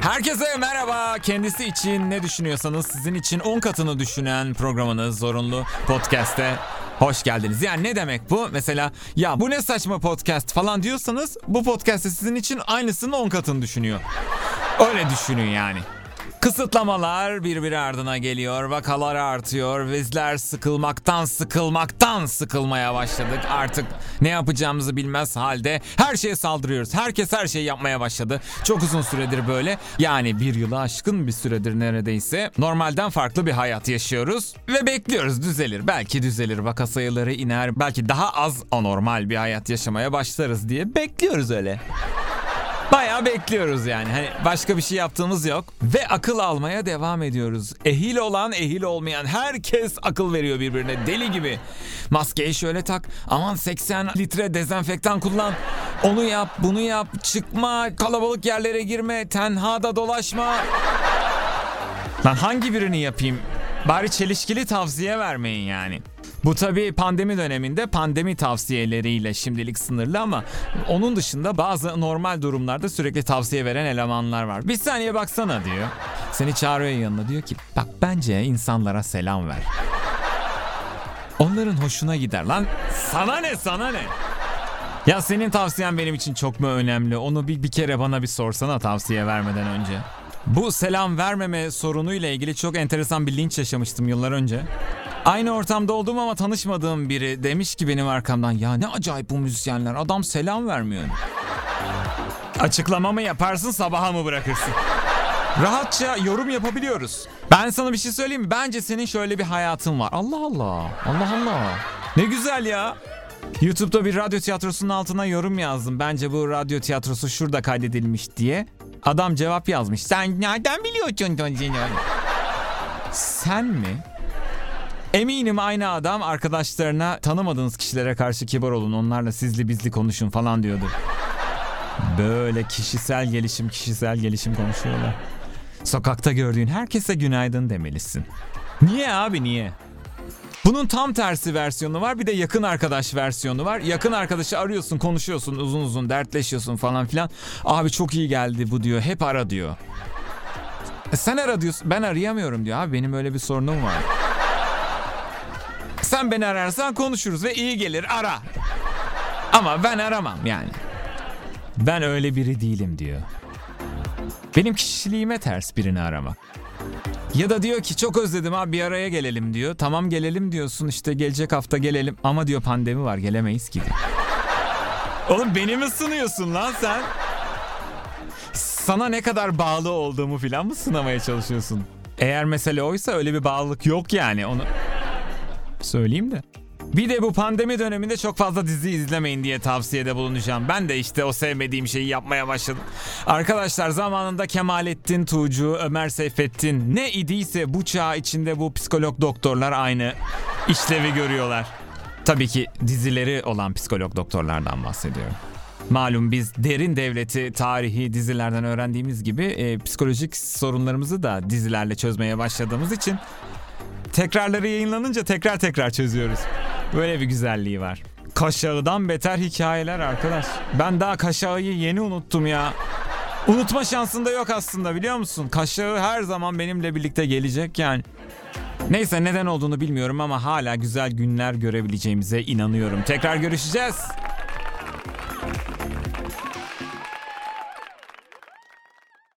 Herkese merhaba. Kendisi için ne düşünüyorsanız sizin için 10 katını düşünen programınız Zorunlu Podcast'e hoş geldiniz. Yani ne demek bu? Mesela ya bu ne saçma podcast falan diyorsanız bu podcast'te sizin için aynısının 10 katını düşünüyor. Öyle düşünün yani. Kısıtlamalar birbiri ardına geliyor, vakalar artıyor, bizler sıkılmaktan sıkılmaya başladık. Artık ne yapacağımızı bilmez halde her şeye saldırıyoruz. Herkes her şeyi yapmaya başladı. Çok uzun süredir böyle, yani bir yılı aşkın bir süredir neredeyse normalden farklı bir hayat yaşıyoruz. Ve bekliyoruz düzelir, belki düzelir, vaka sayıları iner, belki daha az anormal bir hayat yaşamaya başlarız diye bekliyoruz öyle. Bayağı bekliyoruz yani. Hani başka bir şey yaptığımız yok. Ve akıl almaya devam ediyoruz. Ehil olan, ehil olmayan herkes akıl veriyor birbirine deli gibi. Maskeyi şöyle tak. Aman 80 litre dezenfektan kullan. Onu yap, bunu yap. Çıkma, kalabalık yerlere girme, tenhada dolaşma. Lan hangi birini yapayım? Bari çelişkili tavsiye vermeyin yani. Bu tabii pandemi döneminde pandemi tavsiyeleriyle şimdilik sınırlı ama onun dışında bazı normal durumlarda sürekli tavsiye veren elemanlar var. Bir saniye baksana diyor. Seni çağırıyor yanına, diyor ki bak bence insanlara selam ver. Onların hoşuna gider. Lan sana ne? Ya senin tavsiyen benim için çok mu önemli? Onu bir kere bana bir sorsana tavsiye vermeden önce. Bu selam vermeme sorunuyla ilgili çok enteresan bir linç yaşamıştım yıllar önce. Aynı ortamda olduğum ama tanışmadığım biri demiş ki benim arkamdan, ya ne acayip bu müzisyenler, adam selam vermiyor. Açıklamamı yaparsın, sabaha mı bırakırsın? Rahatça yorum yapabiliyoruz. Ben sana bir şey söyleyeyim mi? Bence senin şöyle bir hayatın var. Allah Allah. Ne güzel ya. YouTube'da bir radyo tiyatrosunun altına yorum yazdım. Bence bu radyo tiyatrosu şurada kaydedilmiş diye. Adam cevap yazmış. Sen nereden biliyorsun? Sen mi? Eminim aynı adam arkadaşlarına tanımadığınız kişilere karşı kibar olun, onlarla sizli bizli konuşun falan diyordu. Böyle kişisel gelişim konuşuyorlar. Sokakta gördüğün herkese günaydın demelisin. Niye abi, niye? Bunun tam tersi versiyonu var, bir de yakın arkadaş versiyonu var. Yakın arkadaşı arıyorsun, konuşuyorsun, uzun dertleşiyorsun falan filan. Abi çok iyi geldi bu diyor, hep ara diyor. Sen ara diyorsun, ben arayamıyorum diyor. Abi benim öyle bir sorunum var. Sen beni ararsan konuşuruz ve iyi gelir, ara. Ama ben aramam yani. Ben öyle biri değilim diyor. Benim kişiliğime ters birini aramak. Ya da diyor ki çok özledim abi, bir araya gelelim diyor. Tamam gelelim diyorsun, işte gelecek hafta gelelim. Ama diyor pandemi var, gelemeyiz ki diyor. Oğlum beni mi sınıyorsun lan sen? Sana ne kadar bağlı olduğumu falan mı sınamaya çalışıyorsun? Eğer mesele oysa öyle bir bağlılık yok yani, onu söyleyeyim de. Bir de bu pandemi döneminde çok fazla dizi izlemeyin diye tavsiyede bulunacağım. Ben de işte o sevmediğim şeyi yapmaya başladım. Arkadaşlar zamanında Kemalettin Tuğcu, Ömer Seyfettin ne idiyse bu çağ içinde bu psikolog doktorlar aynı işlevi görüyorlar. Tabii ki dizileri olan psikolog doktorlardan bahsediyorum. Malum biz derin devleti tarihi dizilerden öğrendiğimiz gibi psikolojik sorunlarımızı da dizilerle çözmeye başladığımız için tekrarları yayınlanınca tekrar çözüyoruz. Böyle bir güzelliği var. Kaşağıdan beter hikayeler arkadaş. Ben daha Kaşağı'yı yeni unuttum ya. Unutma şansın da yok aslında, biliyor musun? Kaşağı her zaman benimle birlikte gelecek yani. Neyse, neden olduğunu bilmiyorum ama hala güzel günler görebileceğimize inanıyorum. Tekrar görüşeceğiz.